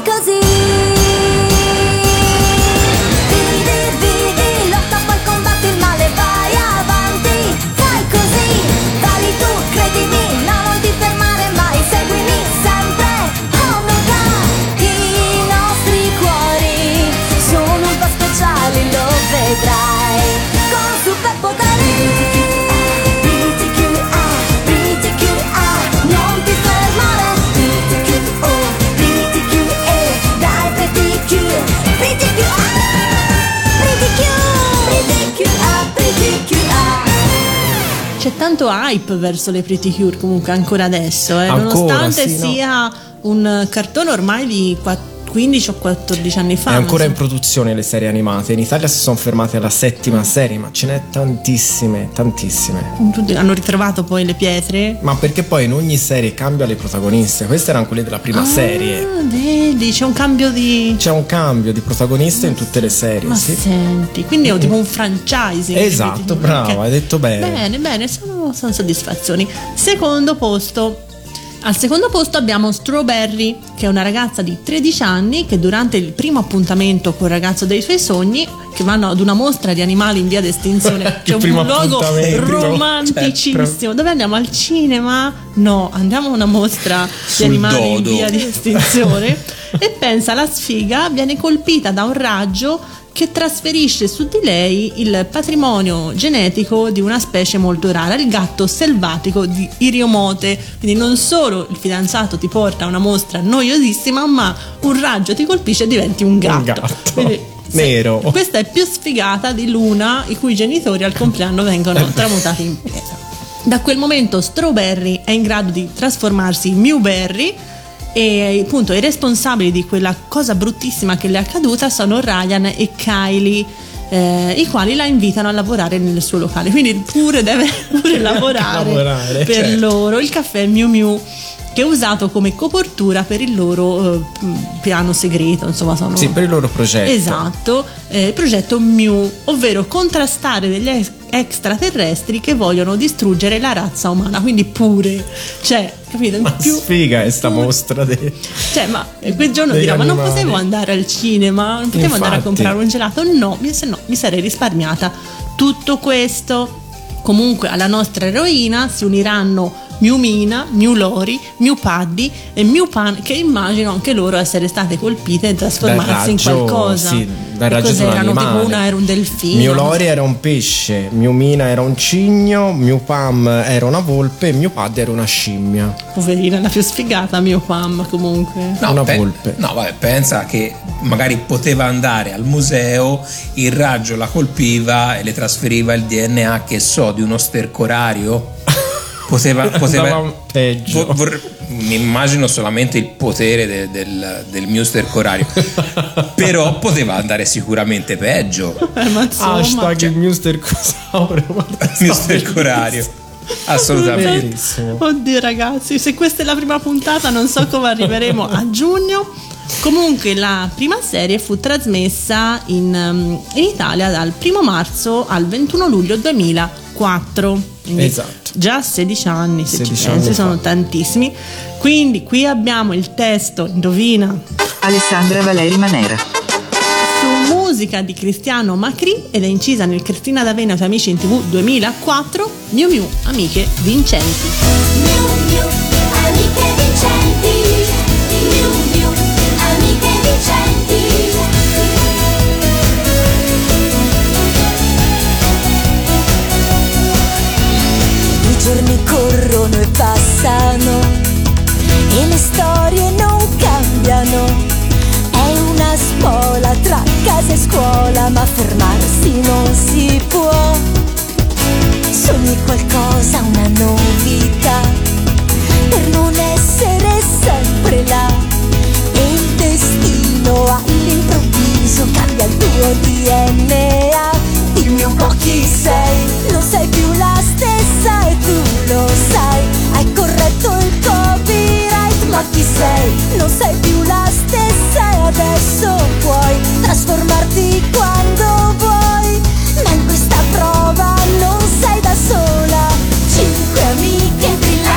così. Vivi, lotta poi combatti il male, vai avanti, fai così, vali tu, credimi, no, non ti fermare mai, seguimi sempre, Omega. I nostri cuori sono un po' speciali, lo vedrai, con superpoteri. Non ti fermare, dai C'è tanto hype verso le Pretty Cure comunque ancora adesso, Ancora, nonostante sì, sia un cartone ormai di 15 o 14 anni fa. È ancora in insomma. produzione le serie animate. In Italia si sono fermate alla 7ª serie, ma ce n'è tantissime. Tutti hanno ritrovato poi le pietre. Ma perché poi in ogni serie cambia le protagoniste. Queste erano quelle della prima serie. Vedi, c'è un cambio di protagoniste in tutte le serie. Ma sì. senti, quindi è tipo un franchising. Esatto, brava, hai detto bene. Bene, sono soddisfazioni. Secondo posto. Al secondo posto abbiamo Strawberry, che è una ragazza di 13 anni che durante il primo appuntamento col ragazzo dei suoi sogni, che vanno ad una mostra di animali in via d'estinzione, c'è un luogo romanticissimo. Dove andiamo? Al cinema? No, andiamo a una mostra di animali in via di estinzione. E pensa, la sfiga viene colpita da un raggio che trasferisce su di lei il patrimonio genetico di una specie molto rara, il gatto selvatico di Iriomote. Quindi non solo il fidanzato ti porta a una mostra noiosissima, ma un raggio ti colpisce e diventi un gatto. Quindi, nero. Questa è più sfigata di Luna, i cui genitori al compleanno vengono tramutati in pietra. Da quel momento Strawberry è in grado di trasformarsi in Mewberry. E appunto i responsabili di quella cosa bruttissima che le è accaduta sono Ryan e Kylie, i quali la invitano a lavorare nel suo locale, quindi deve lavorare per loro. Il caffè Miu Miu, che è usato come copertura per il loro piano segreto, insomma sì, per il loro progetto. Esatto, il progetto Mew, ovvero contrastare degli extraterrestri che vogliono distruggere la razza umana, quindi pure, cioè, capito? Ma più sfiga è sta mostra cioè, ma quel giorno dirò, ma non potevo andare al cinema, non potevo andare a comprare un gelato, no, se no mi sarei risparmiata tutto questo. Comunque alla nostra eroina si uniranno Miu Mina, Miu Lori, Miu Paddy e Miu Pan, che immagino anche loro essere state colpite e trasformarsi in qualcosa. Sì, dal raggio sono erano? animale. Tipo una era un delfino. Miu Lori era un pesce, Miu Mina era un cigno, Miu Pam era una volpe e Miu Paddy era una scimmia. Poverina, la più sfigata Miu Pam comunque. No, una volpe. No, vabbè, pensa che magari poteva andare al museo, il raggio la colpiva e le trasferiva il DNA, che so, di uno stercorario. Poteva peggio. Mi immagino solamente il potere del mio stercorario. Però poteva andare sicuramente peggio. Ma insomma, hashtag il mio stercosaurio. Il mio stercorario. Assolutamente. Bellissimo. Oddio ragazzi, se questa è la prima puntata non so come arriveremo a giugno. Comunque la prima serie fu trasmessa in Italia dal 1 marzo al 21 luglio 2004. Quindi esatto. Già 16 anni, se 16 ci pensi, anni sono tantissimi. Quindi qui abbiamo il testo, indovina, Alessandra Valeri Manera. su musica di Cristiano Macri ed è incisa nel Cristina D'Avena sui Amici in TV 2004. Miu Miu, amiche vincenti. Miu Miu, amiche vincenti. Miu Miu, amiche vincenti. I giorni corrono e passano e le storie non cambiano. È una spola tra casa e scuola, ma fermarsi non si può. Sogni qualcosa, una novità, per non essere sempre là. E il destino all'improvviso cambia il tuo DNA. Dimmi un po' chi sei, non sei più la stessa e tu lo sai. Hai corretto il copyright, ma chi sei? Non sei più la stessa e adesso puoi trasformarti quando vuoi. Ma in questa prova non sei da sola. 5 amiche brillanti.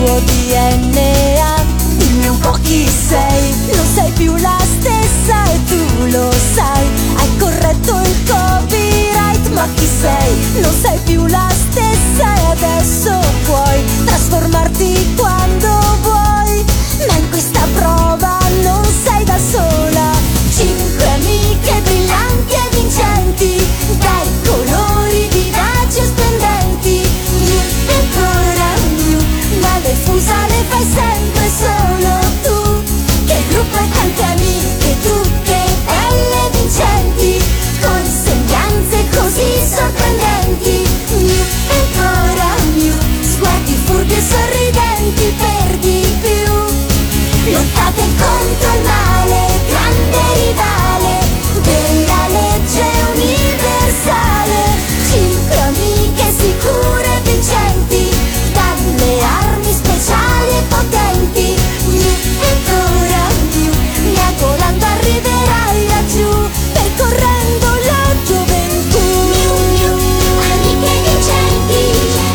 tuo DNA. Dimmi un po' chi sei, non sei più la stessa e tu lo sai. Hai corretto il copyright, ma chi sei? Non sei più la stessa e adesso puoi trasformarti quando vuoi. Ma in questa prova non sei da sola. 5 amiche brillanti e vincenti, dai colori vivaci e splendenti. E ancora ma le fusa le fai sempre solo tu. Che gruppo e tante amiche, tutte belle e vincenti, con sembianze così sorprendenti. E ancora sguardi furbi e sorridenti per di più. Lottate contro il male, grande rivale della legge universale. 5 amiche sicure e vincenti, dalle armi speciali e potenti. E ancora volando arriverai laggiù, percorrendo la gioventù. Amiche vincenti,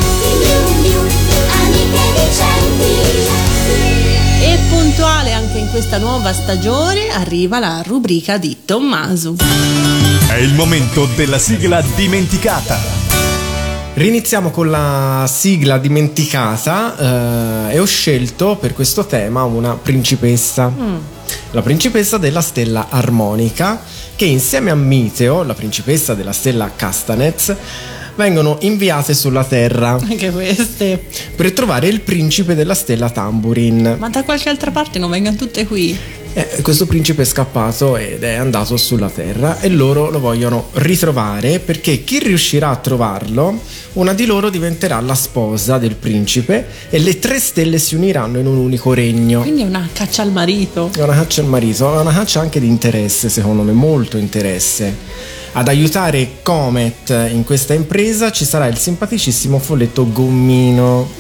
amiche vincenti. E puntuale anche in questa nuova stagione arriva la rubrica di Tommaso. È il momento della sigla dimenticata. Riniziamo con la sigla dimenticata e ho scelto per questo tema una principessa. La principessa della stella armonica, che insieme a Miteo, la principessa della stella Castanets, vengono inviate sulla Terra Anche queste. per trovare il principe della stella Tamburin. Ma da qualche altra parte non vengano tutte qui? Questo principe è scappato ed è andato sulla Terra e loro lo vogliono ritrovare, perché chi riuscirà a trovarlo, una di loro diventerà la sposa del principe e le 3 stelle si uniranno in un unico regno. Quindi è una caccia al marito. È una caccia al marito, è una caccia anche di interesse, secondo me, molto interesse. Ad aiutare Comet in questa impresa ci sarà il simpaticissimo folletto Gommino.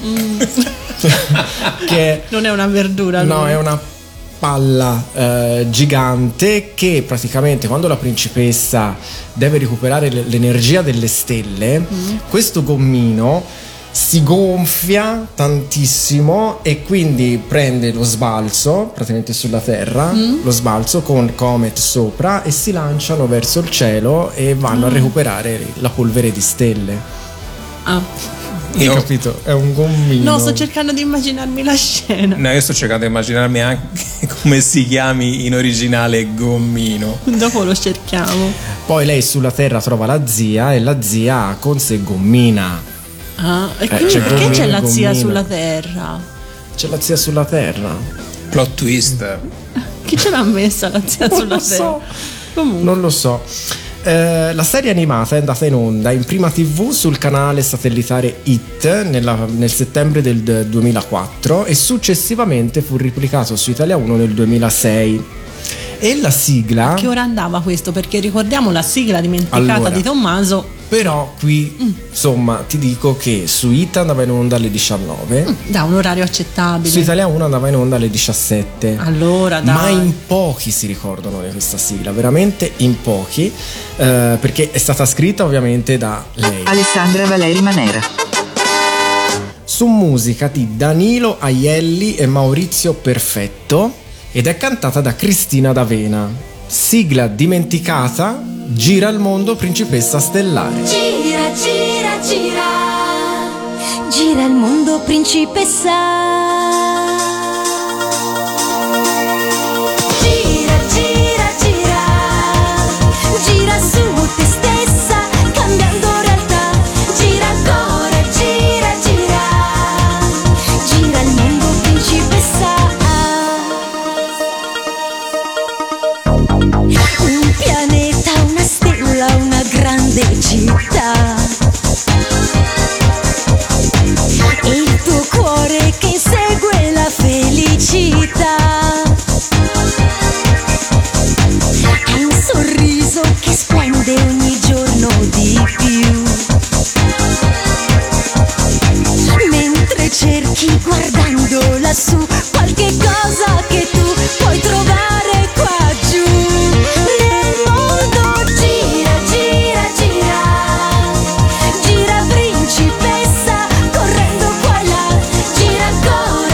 Che Non è una verdura. no, lui. è una palla gigante che praticamente, quando la principessa deve recuperare l'energia delle stelle, questo gommino si gonfia tantissimo e quindi prende lo sbalzo praticamente sulla Terra, lo sbalzo con Comet sopra, e si lanciano verso il cielo e vanno a recuperare la polvere di stelle. Ah. Hai capito? È un gommino. No, sto cercando di immaginarmi la scena. No, io sto cercando di immaginarmi anche come si chiami in originale Gommino. Dopo lo cerchiamo. Poi lei sulla Terra trova la zia e la zia ha con sé Gommina. Ah, e quindi c'è perché c'è la zia Gommino. sulla Terra? C'è la zia sulla Terra. Plot twist. Chi ce l'ha messa la zia sulla lo Terra? so. Comunque. Non lo so. La serie animata è andata in onda in prima TV sul canale satellitare IT nel settembre del 2004 e successivamente fu replicato su Italia 1 nel 2006. E la sigla, Che ora andava questo? Perché ricordiamo la sigla dimenticata Allora. di Tommaso. però qui insomma ti dico che su IT andava in onda alle 19, Da un orario accettabile. su Italia 1 andava in onda alle 17. Allora, dai. Ma in pochi si ricordano di questa sigla, veramente in pochi, perché è stata scritta ovviamente da lei. Alessandra Valeri Manera. Su musica di Danilo Aielli e Maurizio Perfetto ed è cantata da Cristina D'Avena. Sigla dimenticata, Gira il mondo principessa stellare. Gira, gira, gira, gira il mondo principessa. Gira, gira, gira, gira su te stessa, cambiando realtà. Gira ancora, gira, gira, gira il mondo principessa. Un pianeta, una stella, una grande città. E il tuo cuore che insegue la felicità. Hai un sorriso che splende ogni giorno di più. Mentre cerchi guardando lassù qualche cosa che tu puoi trovare qua giù. Nel mondo gira, gira, gira, gira principessa, correndo qua e là. Gira ancora,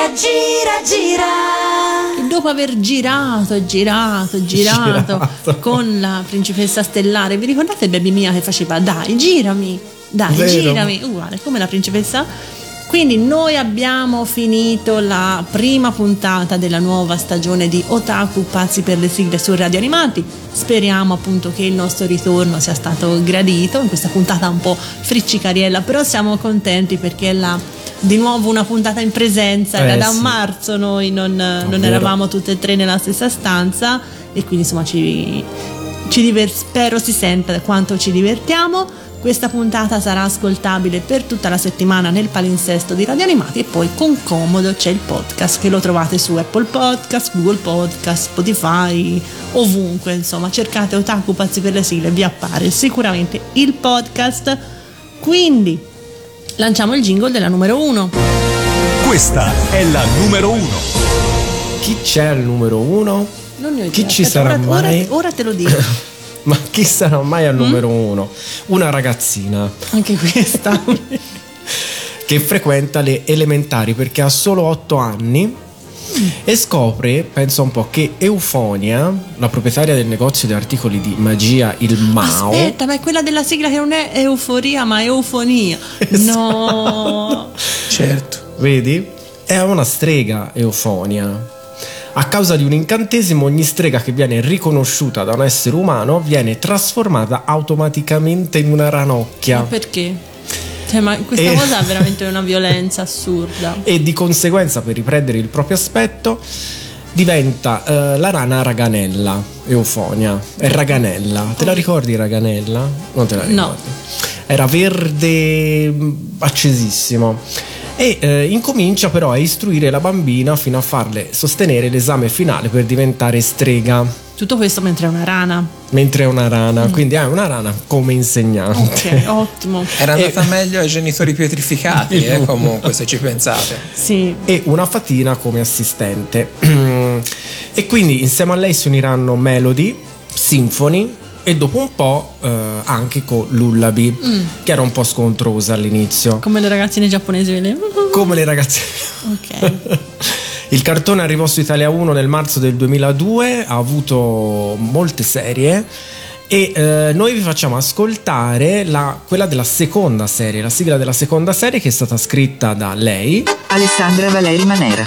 gira, gira. E dopo aver girato con la principessa stellare, vi ricordate Baby Mia che faceva dai girami, Vero. girami, uguale come la principessa? Quindi noi abbiamo finito la prima puntata della nuova stagione di Otaku Pazzi per le sigle su Radio Animati. Speriamo appunto che il nostro ritorno sia stato gradito in questa puntata un po' friccicariella, però siamo contenti perché è di nuovo una puntata in presenza. Era da sì. marzo noi non eravamo tutte e tre nella stessa stanza e quindi insomma spero si senta quanto ci divertiamo. Questa puntata sarà ascoltabile per tutta la settimana nel palinsesto di Radio Animati e poi con comodo c'è il podcast che lo trovate su Apple Podcast, Google Podcast, Spotify, ovunque, insomma cercate Otaku Pazzi per le sigle, vi appare sicuramente il podcast. Quindi lanciamo il jingle della numero 1. Questa è la numero 1. Chi c'è al numero 1? Non ne ho idea. Chi ci sarà mai? Ora te lo dico. Ma chi sarà mai al numero 1? Una ragazzina Anche questa. che frequenta le elementari perché ha solo 8 anni e scopre, pensa un po', che Eufonia, la proprietaria del negozio di articoli di magia, il Mao. Aspetta, ma è quella della sigla che non è euforia ma eufonia. No. Certo. Vedi? È una strega Eufonia. A causa di un incantesimo ogni strega che viene riconosciuta da un essere umano viene trasformata automaticamente in una ranocchia. Ma perché? Cioè, ma questa cosa è veramente una violenza assurda. E di conseguenza, per riprendere il proprio aspetto, diventa la rana Raganella. Eufonia è Raganella. Te la ricordi Raganella? Non te la ricordi? No. Era verde accesissimo. E incomincia però a istruire la bambina fino a farle sostenere l'esame finale per diventare strega. Tutto questo mentre è una rana. Mentre è una rana, quindi è una rana come insegnante. Ok, ottimo. Era andata meglio ai genitori pietrificati, comunque, se ci pensate. Sì. E una fatina come assistente. E quindi insieme a lei si uniranno Melody, Symphony e dopo un po' anche con Lullaby, che era un po' scontrosa all'inizio. Come le ragazzine giapponesi, vedi? Come le ragazze. Ok. Il cartone arrivò su Italia 1 nel marzo del 2002, ha avuto molte serie e noi vi facciamo ascoltare quella della seconda serie, la sigla della seconda serie, che è stata scritta da lei, Alessandra Valeri Manera,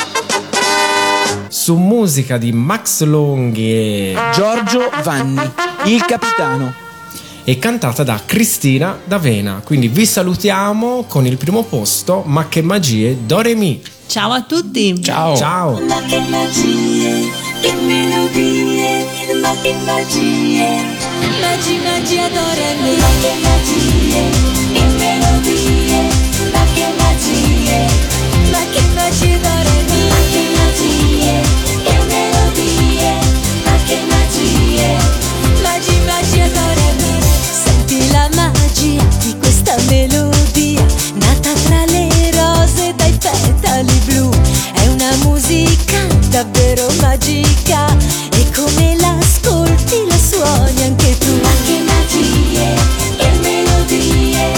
su musica di Max Longhi e Giorgio Vanni, il capitano. è cantata da Cristina D'Avena. Quindi vi salutiamo con il primo posto, Ma che magie, Do Re Mi. Ciao a tutti. Ciao. Ciao. Ma che magie, che melodie, ma che magie, magia do re mi. Ma che magie, che melodie, ma che magie do re mi. Ma che magie, che melodie, ma che magia do re mi. Senti la magia di questa melodia, nata tra le rose dai petali blu. È una musica davvero magica e come l'ascolti la suoni anche tu. Ma che magie, che melodie,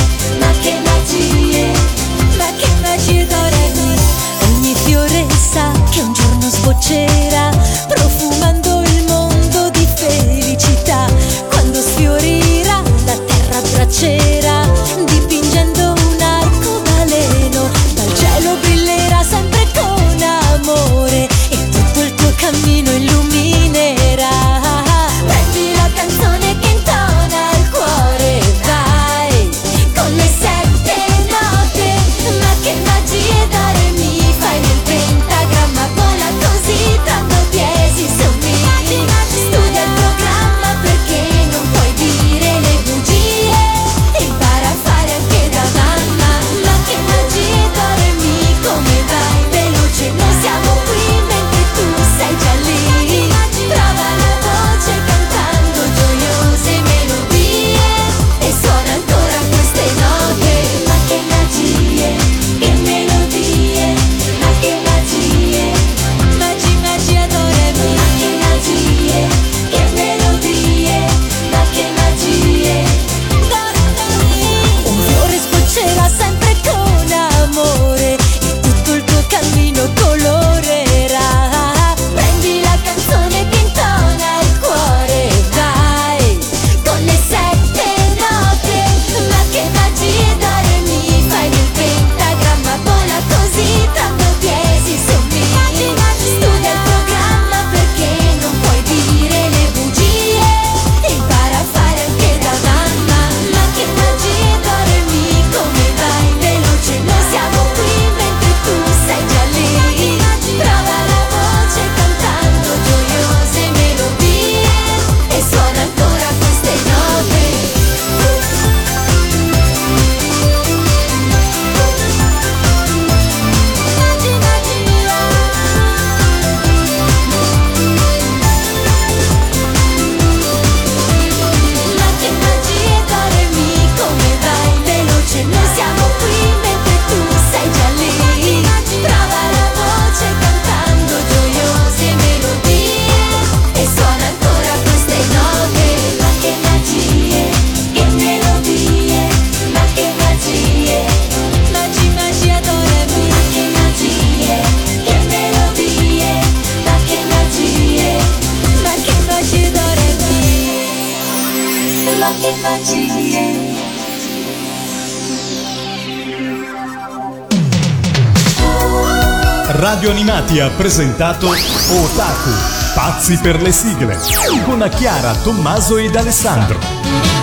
Radio Animati ha presentato Otaku, pazzi per le sigle, con Chiara, Tommaso ed Alessandro.